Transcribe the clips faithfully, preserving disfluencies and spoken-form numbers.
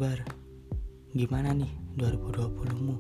kabar? Gimana nih dua ribu dua puluh-mu?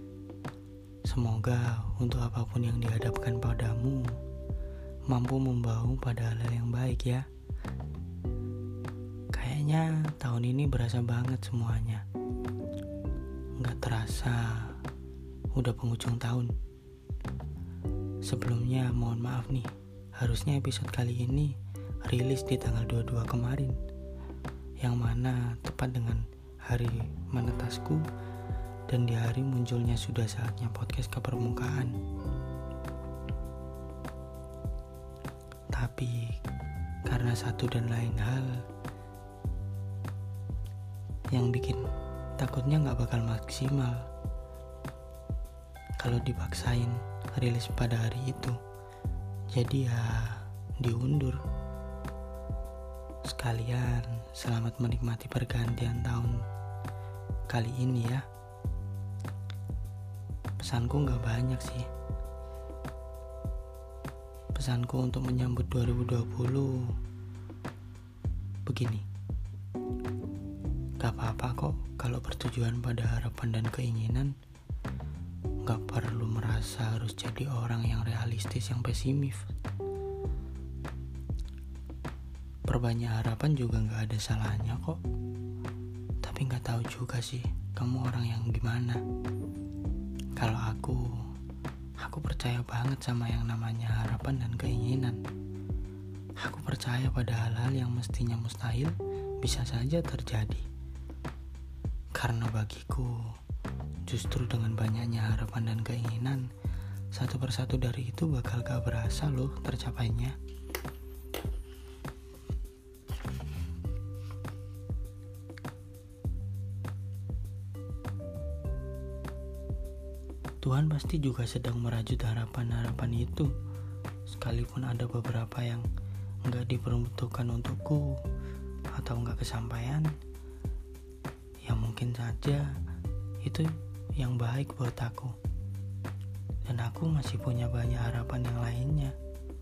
Semoga untuk apapun yang dihadapkan padamu mampu membawa pada hal yang baik ya. Kayaknya tahun ini berasa banget semuanya. Gak terasa udah penghujung tahun. Sebelumnya mohon maaf nih, harusnya episode kali ini rilis di tanggal dua puluh dua kemarin, yang mana tepat dengan hari menetasku dan di hari munculnya sudah saatnya podcast ke permukaan. Tapi karena satu dan lain hal yang bikin takutnya gak bakal maksimal kalau dipaksain rilis pada hari itu, jadi ya diundur. Sekalian selamat menikmati pergantian tahun kali ini ya. Pesanku gak banyak sih. Pesanku untuk menyambut dua ribu dua puluh begini. Gak apa-apa kok kalau bertujuan pada harapan dan keinginan. Gak perlu merasa harus jadi orang yang realistis, yang pesimis. Perbanyak harapan juga gak ada salahnya kok. Tapi gak tahu juga sih kamu orang yang gimana. Kalau aku Aku percaya banget sama yang namanya harapan dan keinginan. Aku percaya pada hal-hal yang mestinya mustahil bisa saja terjadi. Karena bagiku justru dengan banyaknya harapan dan keinginan, satu persatu dari itu bakal gak berasa loh tercapainya. Tuhan pasti juga sedang merajut harapan-harapan itu, sekalipun ada beberapa yang gak diperuntukkan untukku atau gak kesampaian. Ya mungkin saja itu yang baik buat aku, dan aku masih punya banyak harapan yang lainnya.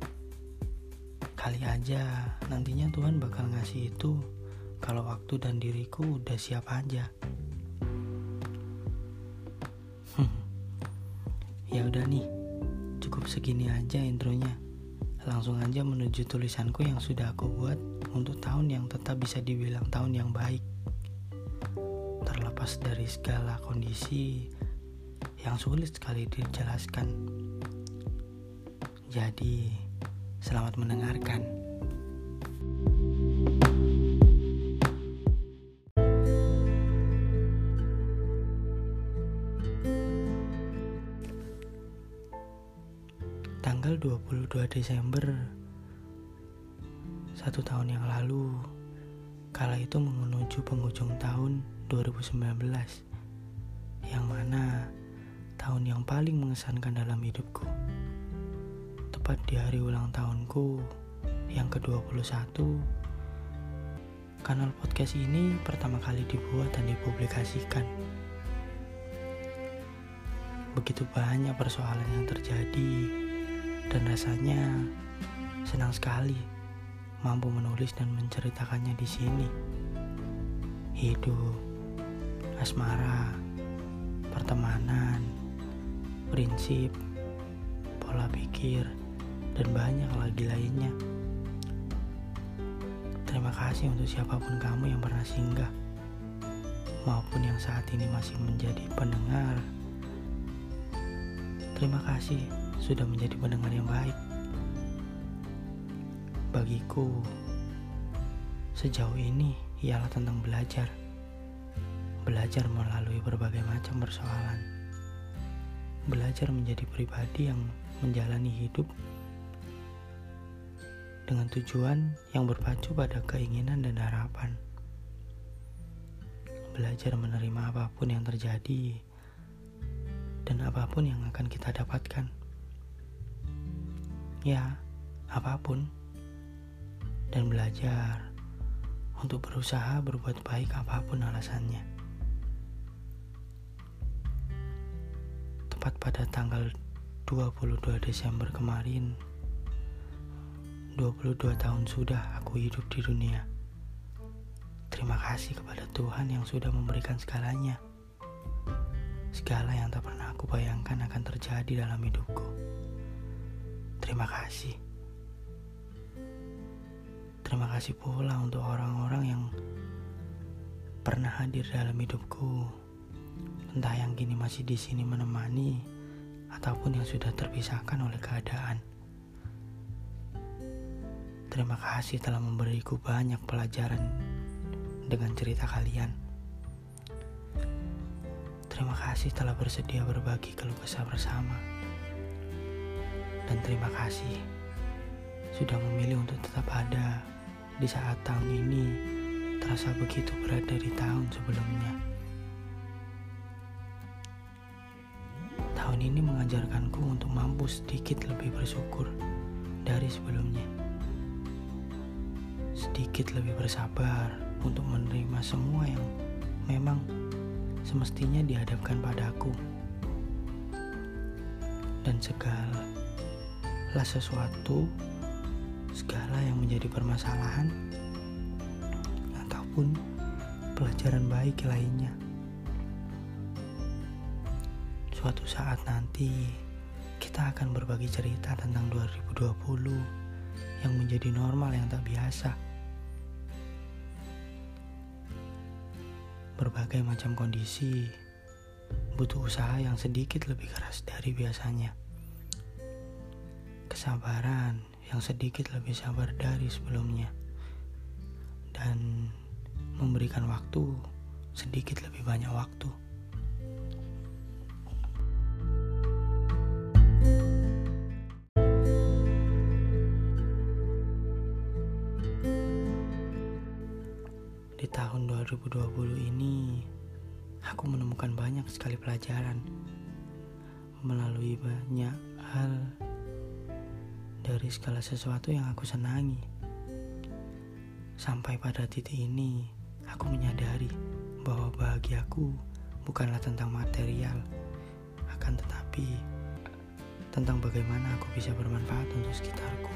Kali aja nantinya Tuhan bakal ngasih itu kalau waktu dan diriku udah siap aja. Ya udah nih, cukup segini aja intronya. Langsung aja menuju tulisanku yang sudah aku buat untuk tahun yang tetap bisa dibilang tahun yang baik, terlepas dari segala kondisi yang sulit sekali dijelaskan. Jadi, selamat mendengarkan. Tanggal dua puluh dua Desember, satu tahun yang lalu, kala itu menuju penghujung tahun dua ribu sembilan belas, yang mana tahun yang paling mengesankan dalam hidupku. Tepat di hari ulang tahunku yang ke dua puluh satu, kanal podcast ini pertama kali dibuat dan dipublikasikan. Begitu banyak persoalan yang terjadi, dan rasanya senang sekali mampu menulis dan menceritakannya di sini. Hidup, asmara, pertemanan, prinsip, pola pikir, dan banyak lagi lainnya. Terima kasih untuk siapapun kamu yang pernah singgah, maupun yang saat ini masih menjadi pendengar. Terima kasih sudah menjadi pendengar yang baik. Bagiku, sejauh ini ialah tentang belajar. Belajar melalui berbagai macam persoalan. Belajar menjadi pribadi yang menjalani hidup dengan tujuan yang berpacu pada keinginan dan harapan. Belajar menerima apapun yang terjadi dan apapun yang akan kita dapatkan. Ya, apapun. Dan belajar untuk berusaha berbuat baik apapun alasannya. Tepat pada tanggal dua puluh dua Desember kemarin, dua puluh dua tahun sudah aku hidup di dunia. Terima kasih kepada Tuhan yang sudah memberikan segalanya. Segala yang tak pernah aku bayangkan akan terjadi dalam hidupku. Terima kasih. Terima kasih pula untuk orang-orang yang pernah hadir dalam hidupku. Entah yang kini masih di sini menemani ataupun yang sudah terpisahkan oleh keadaan. Terima kasih telah memberiku banyak pelajaran dengan cerita kalian. Terima kasih telah bersedia berbagi keluh kesah bersama. Dan terima kasih sudah memilih untuk tetap ada di saat tahun ini terasa begitu berat dari tahun sebelumnya. Tahun ini mengajarkanku untuk mampu sedikit lebih bersyukur dari sebelumnya. Sedikit lebih bersabar untuk menerima semua yang memang semestinya dihadapkan padaku. Dan segala sesuatu, segala yang menjadi permasalahan ataupun pelajaran baik lainnya. Suatu saat nanti kita akan berbagi cerita tentang dua ribu dua puluh yang menjadi normal yang tak biasa. Berbagai macam kondisi butuh usaha yang sedikit lebih keras dari biasanya. Kesabaran yang sedikit lebih sabar dari sebelumnya. Dan memberikan waktu sedikit lebih banyak waktu. Di tahun dua ribu dua puluh ini, aku menemukan banyak sekali pelajaran melalui banyak hal dari segala sesuatu yang aku senangi. Sampai pada titik ini, aku menyadari bahwa bahagiaku bukanlah tentang material, akan tetapi tentang bagaimana aku bisa bermanfaat untuk sekitarku.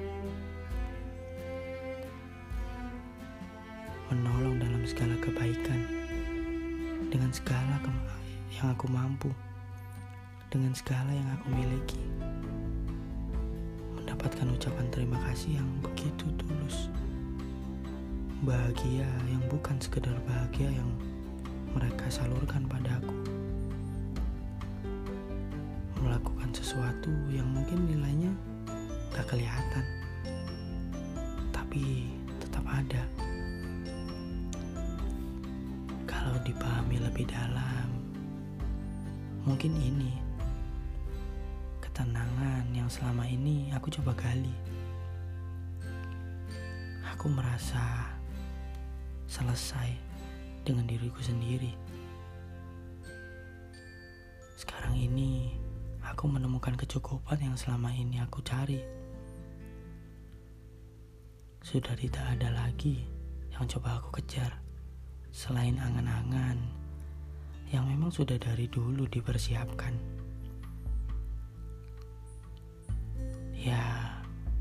Menolong dalam segala kebaikan, dengan segala ke- yang aku mampu, dengan segala yang aku miliki. Mendapatkan ucapan terima kasih yang begitu tulus. Bahagia yang bukan sekedar bahagia yang mereka salurkan padaku. Melakukan sesuatu yang mungkin nilainya tak kelihatan, tapi tetap ada. Kalau dipahami lebih dalam, mungkin ini ketenangan yang selama ini aku coba gali. Aku merasa selesai dengan diriku sendiri. Sekarang ini aku menemukan kecukupan yang selama ini aku cari. Sudah tidak ada lagi yang coba aku kejar selain angan-angan yang memang sudah dari dulu dipersiapkan. Ya,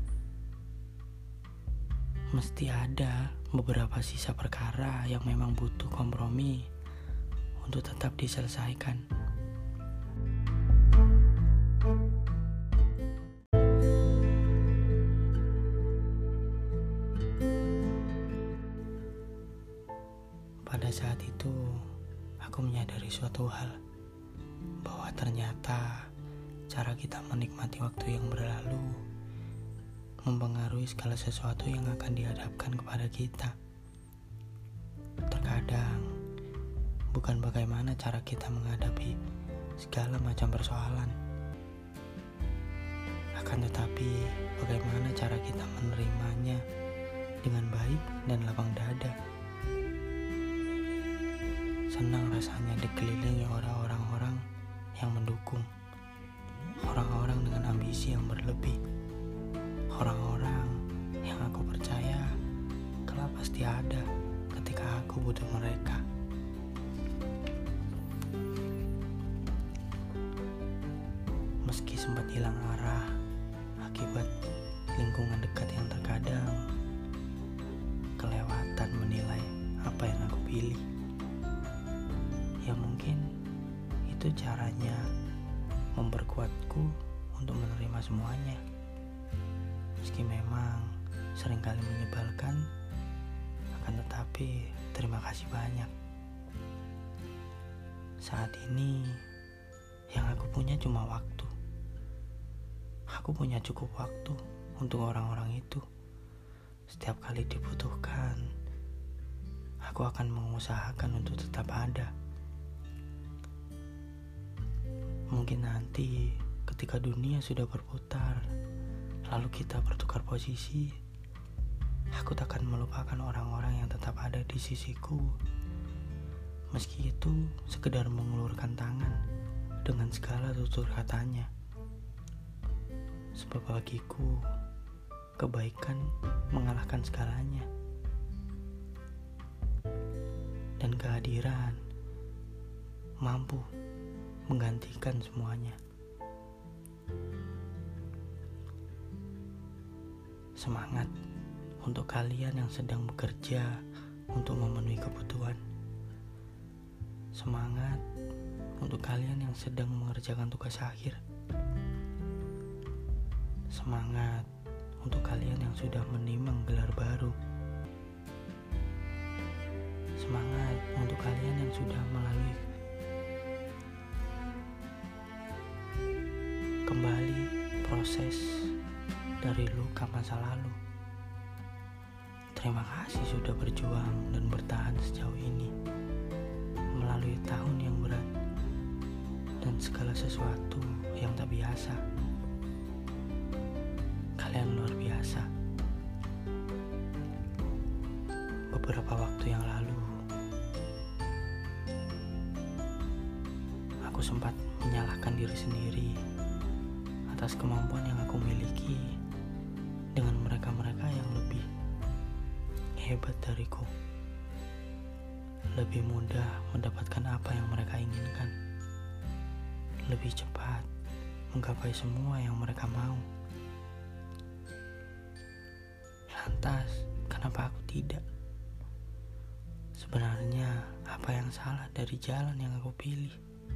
mesti ada beberapa sisa perkara yang memang butuh kompromi untuk tetap diselesaikan. Pada saat itu, aku menyadari suatu hal, bahwa ternyata cara kita menikmati waktu yang berlalu mempengaruhi segala sesuatu yang akan dihadapkan kepada kita. Terkadang, bukan bagaimana cara kita menghadapi segala macam persoalan, akan tetapi bagaimana cara kita menerimanya dengan baik dan lapang dada. Senang rasanya dikelilingi orang-orang yang mendukung, orang-orang dengan ambisi yang berlebih, orang-orang yang aku percaya kelak pasti ada ketika aku butuh mereka. Meski sempat hilang arah akibat lingkungan dekat yang terkadang kelewatan menilai apa pilih. Ya mungkin itu caranya memperkuatku untuk menerima semuanya. Meski memang seringkali menyebalkan, akan tetapi terima kasih banyak. Saat ini yang aku punya cuma waktu. Aku punya cukup waktu untuk orang-orang itu. Setiap kali dibutuhkan, aku akan mengusahakan untuk tetap ada. Mungkin nanti ketika dunia sudah berputar, lalu kita bertukar posisi, aku tak akan melupakan orang-orang yang tetap ada di sisiku. Meski itu sekedar mengulurkan tangan dengan segala tutur katanya. Sebab bagiku, kebaikan mengalahkan segalanya. Dan kehadiran mampu menggantikan semuanya. Semangat untuk kalian yang sedang bekerja untuk memenuhi kebutuhan. Semangat untuk kalian yang sedang mengerjakan tugas akhir. Semangat untuk kalian yang sudah menimang gelar baru. Semangat untuk kalian yang sudah melalui kembali proses dari luka masa lalu. Terima kasih sudah berjuang dan bertahan sejauh ini melalui tahun yang berat dan segala sesuatu yang tak biasa. Kalian luar biasa. Beberapa waktu yang lalu, aku sempat menyalahkan diri sendiri atas kemampuan yang aku miliki dengan mereka-mereka yang lebih hebat dariku, lebih mudah mendapatkan apa yang mereka inginkan, lebih cepat menggapai semua yang mereka mau. Lantas, kenapa aku tidak? Sebenarnya, apa yang salah dari jalan yang aku pilih?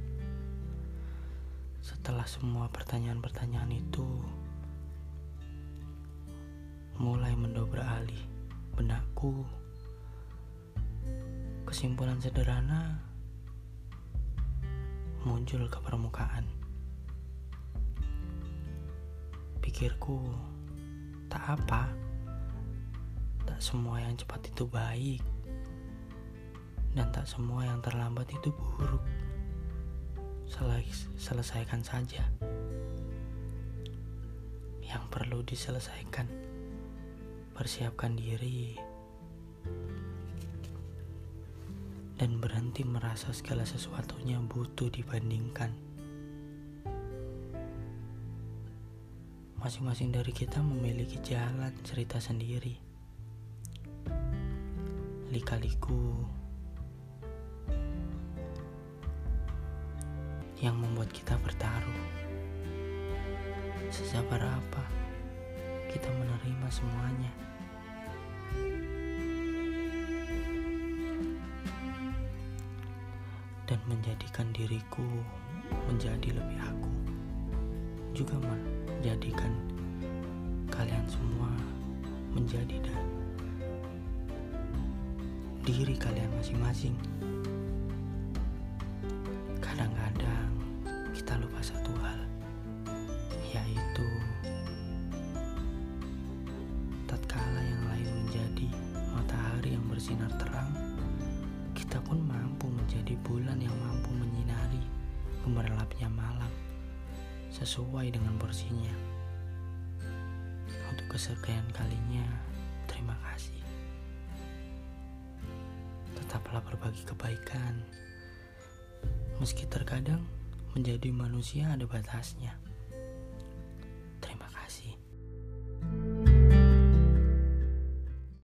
Setelah semua pertanyaan-pertanyaan itu mulai mendobrak alih benakku, kesimpulan sederhana muncul ke permukaan. Pikirku, tak apa, tak semua yang cepat itu baik, dan tak semua yang terlambat itu buruk. Selesaikan saja yang perlu diselesaikan. Persiapkan diri dan berhenti merasa segala sesuatunya butuh dibandingkan. Masing-masing dari kita memiliki jalan cerita sendiri. Lika-liku yang membuat kita bertaruh. Sesabar apa kita menerima semuanya. Dan menjadikan diriku menjadi lebih aku. Juga menjadikan kalian semua menjadi dan diri kalian masing-masing. Kadang-kadang kita lupa satu hal, yaitu tatkala yang lain menjadi matahari yang bersinar terang, kita pun mampu menjadi bulan yang mampu menyinari gemerlapnya malam sesuai dengan porsinya. Untuk kesekian kalinya, terima kasih. Tetaplah berbagi kebaikan. Meski terkadang menjadi manusia ada batasnya.